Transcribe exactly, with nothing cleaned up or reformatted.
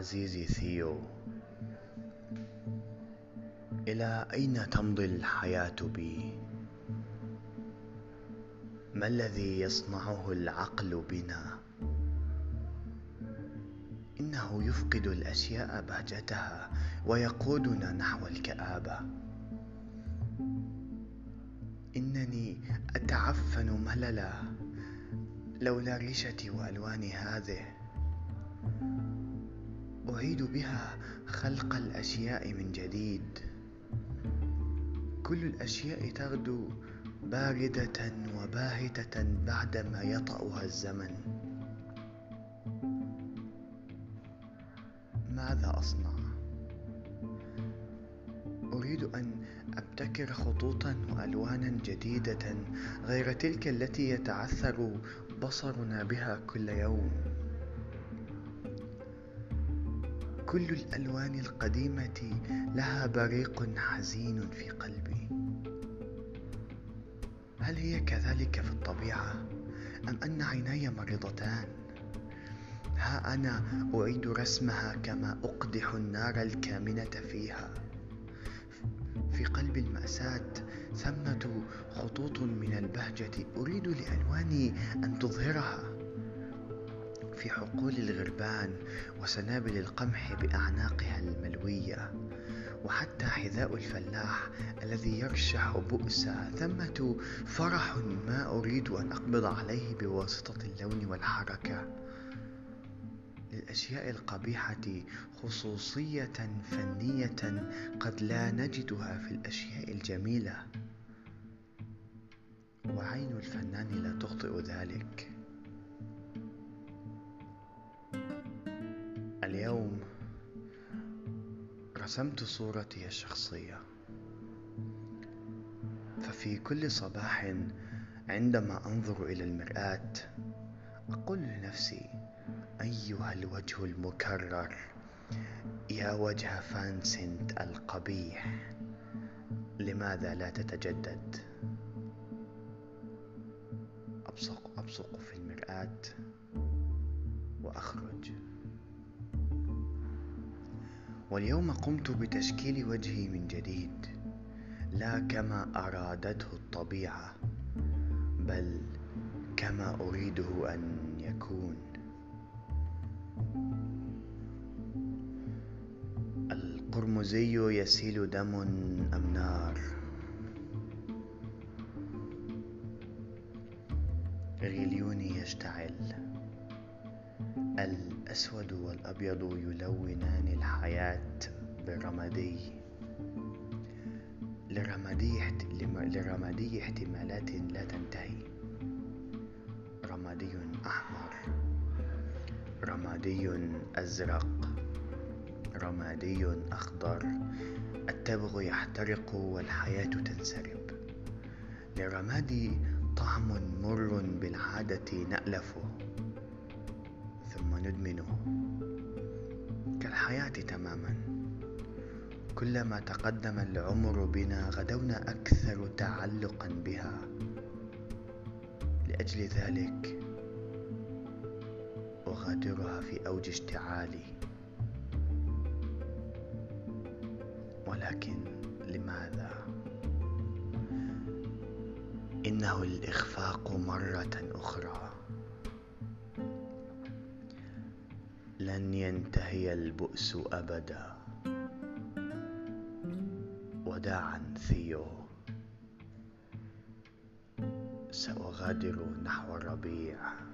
عزيزي ثيو، إلى أين تمضي الحياة بي؟ ما الذي يصنعه العقل بنا؟ إنه يفقد الأشياء بهجتها ويقودنا نحو الكآبة. إنني أتعفن مللا لولا ريشتي وألواني هذه. أعيد بها خلق الأشياء من جديد. كل الأشياء تغدو باردة وباهتة بعدما يطأها الزمن. ماذا أصنع؟ أريد أن أبتكر خطوطا وألوانا جديدة غير تلك التي يتعثر بصرنا بها كل يوم. كل الألوان القديمة لها بريق حزين في قلبي. هل هي كذلك في الطبيعة أم أن عيناي مريضتان؟ ها أنا أعيد رسمها كما أقدح النار الكامنة فيها. في قلب المأساة ثمة خطوط من البهجة أريد لألواني أن تظهرها. في حقول الغربان وسنابل القمح بأعناقها الملوية، وحتى حذاء الفلاح الذي يرشح بؤسا ثمة فرح ما أريد أن أقبض عليه بواسطة اللون والحركة. للأشياء القبيحة خصوصية فنية قد لا نجدها في الأشياء الجميلة، وعين الفنان لا تخطئ ذلك. اليوم رسمت صورتي الشخصية، ففي كل صباح عندما أنظر إلى المرآة أقول لنفسي: أيها الوجه المكرر، يا وجه فانسنت القبيح، لماذا لا تتجدد؟ أبصق أبصق في المرآة وأخرج. واليوم قمت بتشكيل وجهي من جديد، لا كما أرادته الطبيعة، بل كما أريده أن يكون. القرمزي يسيل دم أم نار؟ غليوني يشتعل. الأسود والأبيض يلونان الحياة بالرمادي. لرمادي, لرمادي احتمالات لا تنتهي. رمادي أحمر، رمادي أزرق، رمادي أخضر. التبغ يحترق والحياة تنسرب. للرماد طعم مر بالعادة نألفه ثم ندمنه، كالحياة تماما. كلما تقدم العمر بنا غدونا أكثر تعلقا بها. لأجل ذلك أغادرها في أوج اشتعالي. ولكن لماذا؟ إنه الإخفاق مرة أخرى. لن ينتهي البؤس أبدا. وداعا ثيو، سأغادر نحو الربيع.